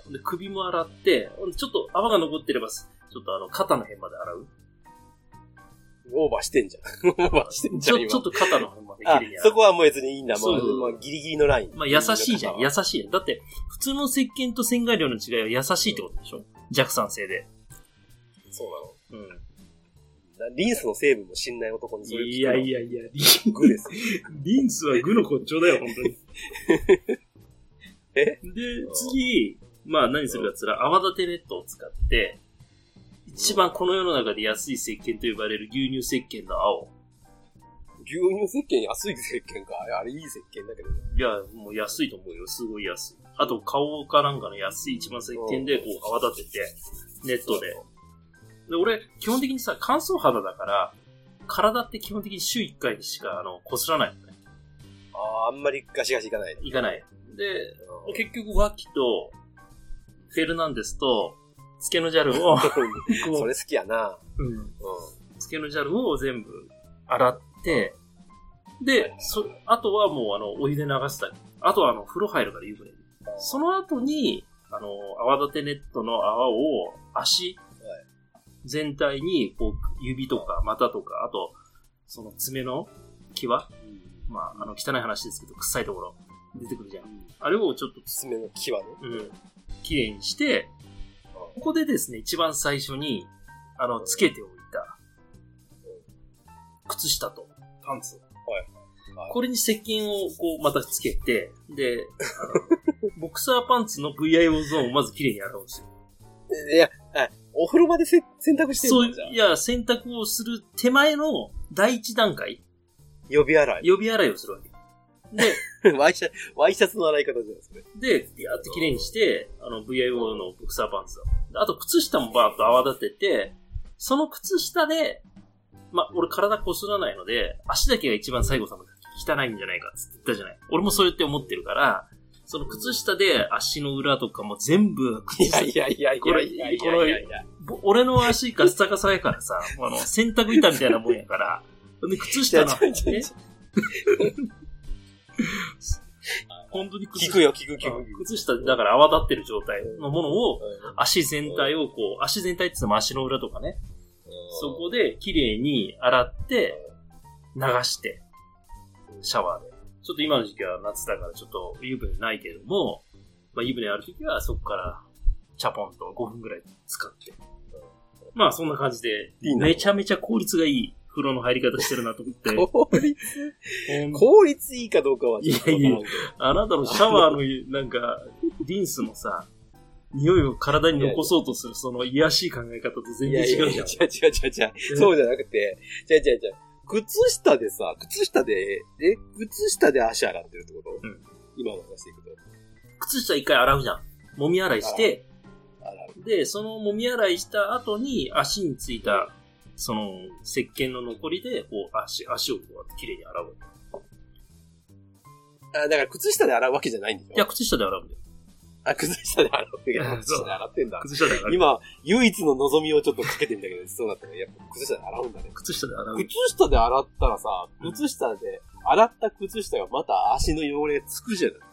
で首も洗って、ちょっと泡が残ってれば、ちょっとあの、肩の辺まで洗う。 オーバーしてんじゃん。オーバーしてんじゃん。 ちょ、ちょっと肩の辺まで綺麗に洗う。 あ、そこはもう別にいいんだ。もう、 そうまあ、ギリギリのライン。 まあ、優しいじゃん。優しい。だって、普通の石鹸と洗顔料の違いは優しいってことでしょ？弱酸性で。 そうなの。 うん。 リンスの成分も知んない男にそれ聞くの。 いやいやいや、リングです。 リンスはグの骨頂だよ、本当に。 えで、次、まあ何するかって言ったら、泡立てネットを使って、一番この世の中で安い石鹸と呼ばれる牛乳石鹸の青。 牛乳石鹸安い石鹸か。あれいい石鹸だけどね。 いや、もう安いと思うよ。すごい安い。あと、顔かなんかの安い一番石鹸でこう泡立てて、ネットで。で、俺、基本的にさ、乾燥肌だから、体って基本的に週いっかいにしか、あの、こすらないのね。 ああ、あんまりガシガシいかない。 いかない。で、結局、ワキと、フェルナンデスと、つけのジャルを、 それ好きやな。 うん。うん。つけのジャルを全部洗って、で、そ、あとはもうあの、お湯で流したり。あとはあの、風呂入るから湯船に。その後に、あの、泡立てネットの泡を足全体に、こう、指とか股とか、あと、その爪の際、うん、まあ、あの、汚い話ですけど、臭いところ出てくるじゃん。うん、あれをちょっと、 爪の際ね。 うん。綺麗にして、ここでですね、一番最初に、あの、つけておいた、靴下とパンツ。 はいはい、 これに石鹸をこう、またつけて、で、ボクサーパンツの ブイアイオー ゾーンをまず綺麗に洗うんですよ。 いや、お風呂場でせ洗濯してるんだ。そう、いや、洗濯をする手前の第一段階。 予備洗い。 予備洗いをするわけ。 で、ワイシャツ、ワイシャツの洗い方じゃないですかね。 で、やって綺麗にして、あの、ブイアイオー のボクサーパンツを。あと、靴下もバーッと泡立てて、その靴下で、まあ、俺体こすらないので、足だけが一番最後さんの汚いんじゃないかって言ったじゃない。俺もそうやって思ってるから、その靴下で足の裏とかも全部靴下。 いやいやいやいやいやいやいやいや。 俺の足ガッサガサやからさ、あの、洗濯板みたいなもんやから、で、靴下の、ね。本当に靴下。聞くよ、聞く聞く。 靴下だから泡立ってる状態のものを、足全体をこう、足全体って言っても足の裏とかね。そこで綺麗に洗って、流して、シャワーで。ちょっと今の時期は夏だからちょっと湯船ないけれども、まあ湯船ある時はそこからチャポンとごふんぐらい使って。まあそんな感じで、めちゃめちゃ効率がいい風呂の入り方してるなと思って。 効率効率いいかどうかは。 いやいや、あなたのシャワーのなんか、リンスのさ、匂いを体に残そうとするその癒しい考え方と全然違うじゃん。いやいや違う違う違う違う。そうじゃなくて、違う違う違う。靴下でさ、靴下で、え靴下で足洗ってるってこと？うん。今の話でいくと。 靴下一回洗うじゃん。揉み洗いして、洗う。で、その揉み洗いした後に足についた、その石鹸の残りで、こう足、足をこう綺麗に洗う。 あ、だから靴下で洗うわけじゃないんだよ。 いや、靴下で洗うんだよ。 あ、靴下で洗うわけじゃない。靴下で洗ってんだ。 靴下で洗う。 今、唯一の望みをちょっとかけてみたけど、そうだったら、やっぱ靴下で洗うんだね。 靴下で洗う。 靴下で洗ったらさ、靴下で、洗った靴下がまた足の汚れつくじゃない。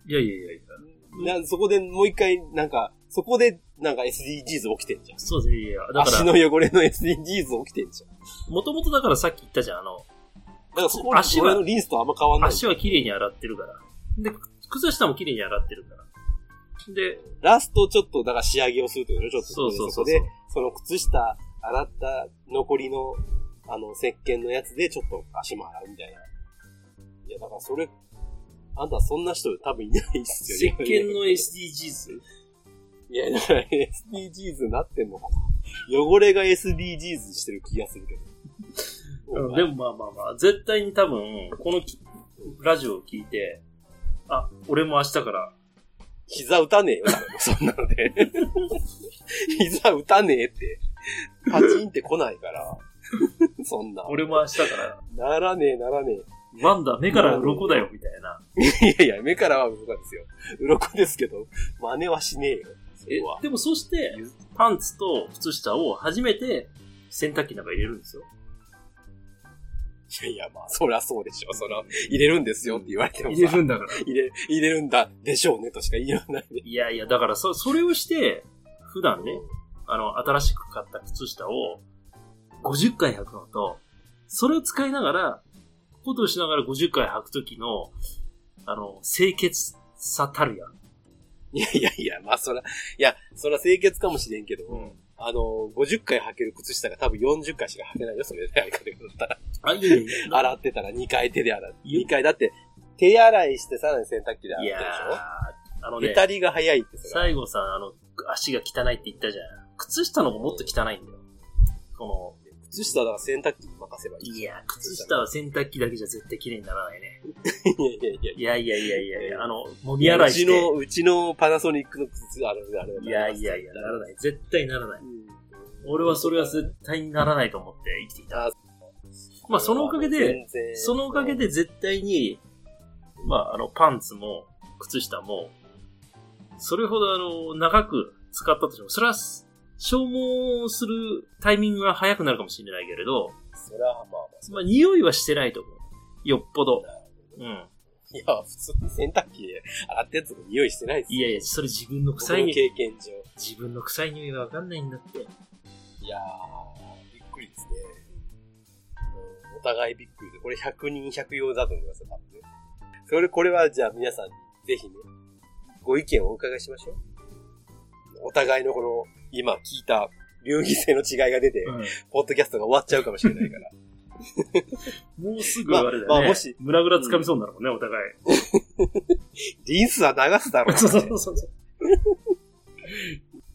いやいやいやいや。なそこでもう一回、なんか、そこで、なんか エスディージーズ 起きてんじゃん。 そうですね、いやいや。だから。 足の汚れの エスディージーズ 起きてんじゃん。 もともとだからさっき言ったじゃん、あの、 だからそこ足は、リンスとあんま変わんない。 足は綺麗に洗ってるから。で、靴下も綺麗に洗ってるから。で、 ラストちょっと、だから仕上げをするってことでしょ、ちょっと、ね。 そうそうそうそう。 で、その靴下、洗った残りの、あの、石鹸のやつでちょっと足も洗うみたいな。いや、だからそれ、あんたそんな人多分いないっすよね。石鹸の エスディージーズ？ いや、だから エスディージーズ になってんのかな。汚れが エスディージーズ してる気がするけど。でもまあまあまあ、絶対に多分、このラジオを聞いて、あ、俺も明日から、 膝打たねえよ、そんなので。膝打たねえって、パチンって来ないから、そんな。 俺も明日から。 ならねえ、ならねえ。 なんだ、目から鱗だよ、みたいな。 いやいや、目からは鱗ですよ。鱗ですけど、真似はしねえよ。 え、でもそして、パンツと靴下を初めて洗濯機の中に入れるんですよ。 いやいや、まあ、そりゃそうでしょ。そら、入れるんですよって言われてもさ。 入れるんだから。 入れ、入れるんだでしょうねとしか言いようないで。 いやいや、だからそ、それをして、普段ね、あの、新しく買った靴下をごじゅっかい履くのと、それを使いながら、ことをしながらごじゅっかい履くときの、あの、清潔さたるや。 いやいやいや、まあそら、いや、そら清潔かもしれんけど、うん、あの、ごじゅっかい履ける靴下が多分よんじゅっかいしか履けないよ、それでやり方だったら。 あ、いやいや洗ってたらにかい手で洗う。にかいだって、手洗いしてさらに洗濯機で洗ってるでしょ。いやー、あのね。へたりが早いってさ。 最後さ、あの、足が汚いって言ったじゃん。靴下の方がもっと汚いんだよ。この、 靴下だから洗濯機に任せばいい。 いや、靴下は洗濯機だけじゃ絶対綺麗にならないね。 いやいやいや。 いやいやいやいや、あの、もみ洗いして。 うちの、うちのパナソニックの靴、あれ、あれ。 いやいやいや、ならない。絶対ならない。うん、俺はそれは絶対にならないと思って生きていた。まあそのおかげで、そのおかげで絶対に、まああの、パンツも、靴下も、それほどあの、長く使ったとしても、それは、消耗するタイミングが早くなるかもしれないけれど、 それはまあまあ、 まあ匂いはしてないと思う。よっぽど。うん。 いや、普通に洗濯機で洗ったやつが匂いしてないですよ。 いやいや、それ自分の臭い匂い。 経験上。 自分の臭い匂いがわかんないんだって。 いやー、びっくりですね。お互いびっくりで、これひゃくにんひゃく用だと思いますよ、多分ね。それ、これはじゃあ皆さんにぜひね、ご意見をお伺いしましょう。お互いのこの、今聞いた流儀性の違いが出て、うん、ポッドキャストが終わっちゃうかもしれないから。 もうすぐあれだよね。 まあ、まあ、もし。 ムラムラ掴みそうになるもんね、うん、お互い。 リンスは流すだろう、ね。 そうそうそうそう。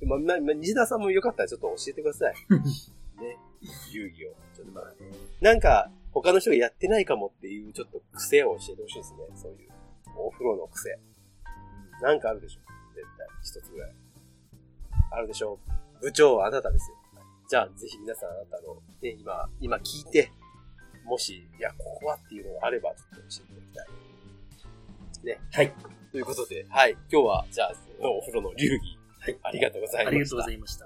まあ、まあ、西田さんもよかったらちょっと教えてください。ね。流儀を。ちょっとまあ、なんか、他の人がやってないかもっていうちょっと癖を教えてほしいですね。そういう。お風呂の癖。なんかあるでしょ。絶対。一つぐらい。あるでしょう。部長はあなたですよ。じゃあ、ぜひ皆さんあなたの、ね、今、今聞いて、もし、いや、ここはっていうのがあれば、ちょっと教えていただきたい。ね。 はい。 ということで、はい。今日は、じゃあ、お風呂の流儀。はい。ありがとうございました。 ありがとうございました。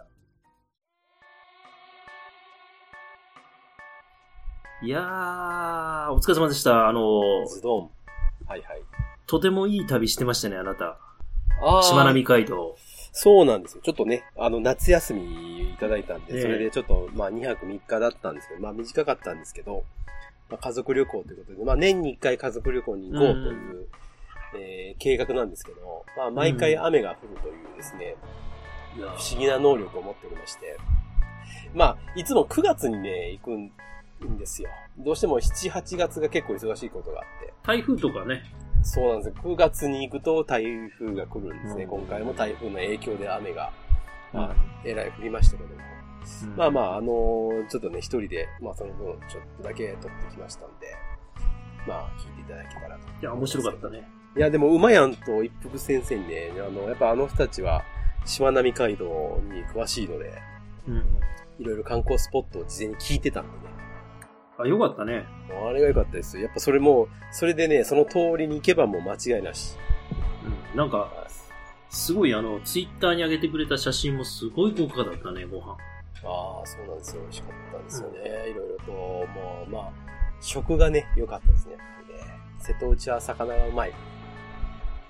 いやー、お疲れ様でした。あの、 ズドン。はいはい。 とてもいい旅してましたね、あなた。あしまなみ海道。 そうなんですよ。ちょっとね、あの、夏休みいただいたんで、それでちょっと、まあ、にはくみっかだったんですけど、まあ、短かったんですけど、まあ、家族旅行ということで、まあ、年にいっかい家族旅行に行こうという、うん、えー、計画なんですけど、まあ、毎回雨が降るというですね、うん、不思議な能力を持っておりまして、まあ、いつもくがつにね、行くんですよ。どうしてもしち、はちがつが結構忙しいことがあって。 台風とかね。 そうなんですよ。くがつに行くと台風が来るんですね。うん、今回も台風の影響で雨が、まあ、えらい降りましたけども。うん、まあまあ、あのー、ちょっとね、一人で、まあその分、ちょっとだけ撮ってきましたんで、まあ、聞いていただけたらと。 いや、面白かったね。 いや、でも、馬やんと一服先生にね、あの、やっぱあの人たちは、しまなみ海道に詳しいので、うん、いろいろ観光スポットを事前に聞いてたんでね。 あ、よかったね。 あれがよかったです。やっぱそれも、それでね、その通りに行けばもう間違いなし。 うん、なんか、すごいあの、ツイッターに上げてくれた写真もすごい豪華だったね、ご飯。 ああ、そうなんですよ。美味しかったんですよね。うん、いろいろと、もう、まあ、食がね、良かったですね。で瀬戸内は魚がうまい。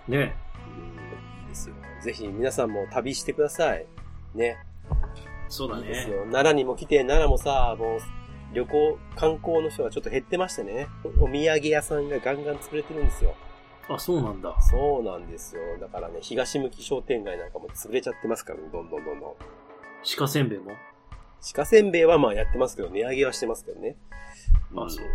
ね。 うん、ですよ。ぜひ皆さんも旅してください。ね。 そうだね。 いいですよ。奈良にも来て、奈良もさ、もう旅行、観光の人がちょっと減ってましてね。お土産屋さんがガンガン潰れてるんですよ。 あ、そうなんだ。 そうなんですよ。だからね、東向き商店街なんかも潰れちゃってますからね、どんどんどんどん。 鹿せんべいも鹿せんべいはまあやってますけど、値上げはしてますけどね。 あ、そう。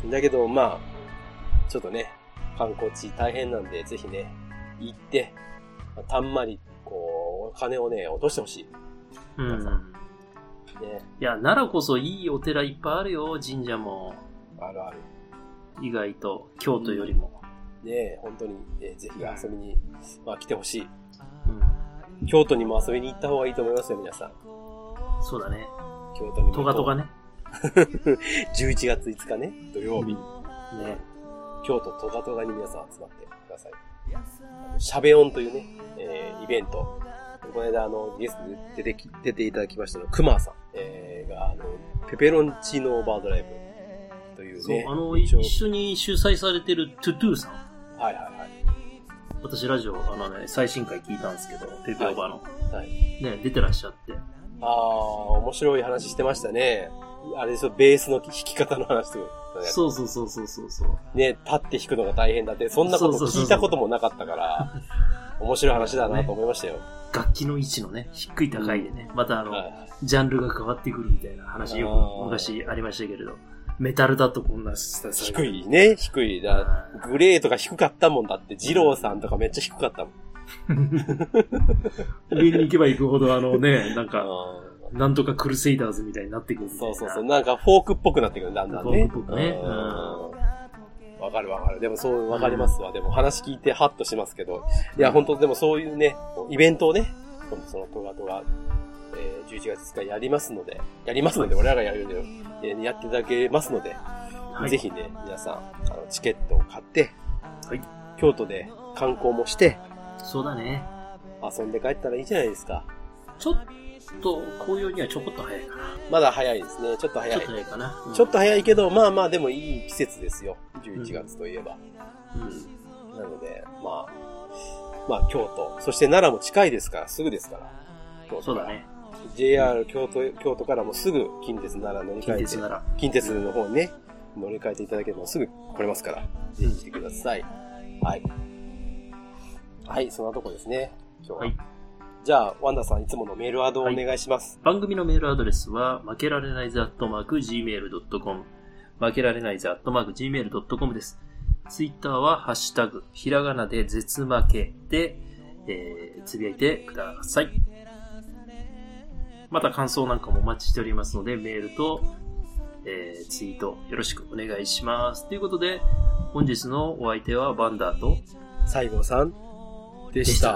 だけど、まあ、ちょっとね、観光地大変なんで、ぜひね、行って、たんまり、こう、お金をね、落としてほしい。 うん。 ね。 いや、奈良こそいいお寺いっぱいあるよ、神社も。 あるある。 意外と、京都よりも。 ねえ、本当に、えー、ぜひ遊びに、まあ、来てほしい。 うん。 京都にも遊びに行った方がいいと思いますよ、皆さん。 そうだね。 京都にも。 トガトガね。 じゅういちがついつかね、土曜日。 うん、ね。 京都トガトガに皆さん集まってください。シャベオンというね、えー、イベント。この間、あの、ゲストで出てき、出ていただきましたの、クマさん、えー、が、あの、ペペロンチーノオーバードライブというね。 そう、あの、一緒に主催されてるトゥトゥさん。 はいはいはい。 私ラジオ、あのね、最新回聞いたんですけど、ペペオーバーの。 はい。 ね、出てらっしゃって。 あー、面白い話してましたね。あれでしょ、ベースの弾き方の話とか。 そうそうそうそうそうそう。 ね、立って弾くのが大変だって、そんなこと聞いたこともなかったから、面白い話だなと思いましたよ。 楽器の位置のね、低い高いでね、またあの、 はい、 ジャンルが変わってくるみたいな話よく昔ありましたけれど、メタルだとこんな低いね、低い。だグレーとか低かったもんだって、二郎さんとかめっちゃ低かったもん。 上に行けば行くほどあのね、なんか、なんとかクルセイダーズみたいになってくるみたいな。 そうそうそう。なんかフォークっぽくなってくる、だんだんね。 フォークっぽくね。 わかるわかる。でもそうわかりますわ。でも話聞いてハッとしますけど。いや、本当でもそういうね、イベントをね、今度そのトガトガ、えー、じゅういちがついつかやりますので、やりますので、俺らがやるよ、えー、やっていただけますので、はい、ぜひね、皆さん、あの、チケットを買って、はい、京都で観光もして、 そうだね。 遊んで帰ったらいいじゃないですか。 ちょっと、紅葉にはちょこっと早いかな。 まだ早いですね。ちょっと早い。 ちょっと早いかな。 うん、ちょっと早いけど、まあまあでもいい季節ですよ。じゅういちがつといえば。うん。うん、なので、まあ、まあ京都、そして奈良も近いですから、すぐですから。 京都そうだね。 ジェイアール 京都、京都からもすぐ近鉄奈良乗り換えて、近鉄奈良。近鉄の方にね、乗り換えていただければすぐ来れますから、ぜひ来てください。はい。はい、そんなとこですね。今日は。はい。じゃあ、ワンダさんいつものメールアドをお願いします、 はい。番組のメールアドレスは、負けられないぜアットマーク ジーメールドットコム。負けられないぜアットマーク ジーメールドットコム です。ツイッターは、ハッシュタグ、ひらがなで絶負けで、えー、つぶやいてください。また感想なんかもお待ちしておりますので、メールと、えー、ツイートよろしくお願いします。ということで、本日のお相手はバンダーと、 西郷さんでした。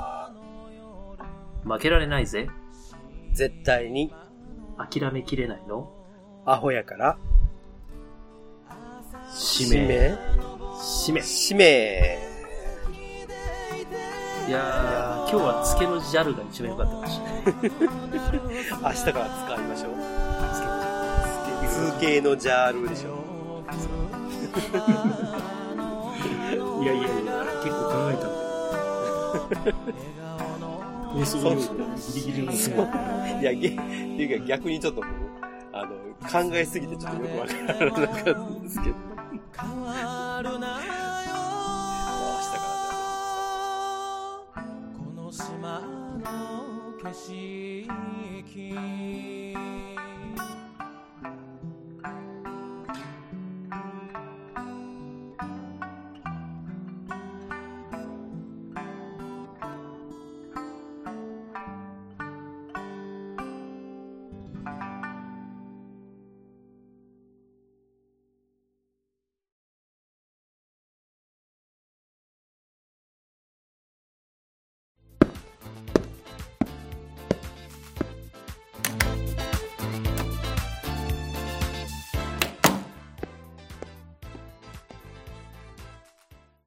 負けられないぜ。 絶対に。 諦めきれないの。 アホやから。 使命。使命。 使命。 いやー、今日はつけのジャルが一番良かったかもしれない。 明日から使いましょう。つけのジャルでしょ。 いやいやいや、結構考えたんだよ。ね、そういうギリギリのそう。いや、げ、っていうか逆にちょっともう、あの、考えすぎてちょっとよくわからなかったんですけど。もう明日からじゃあこの島の景色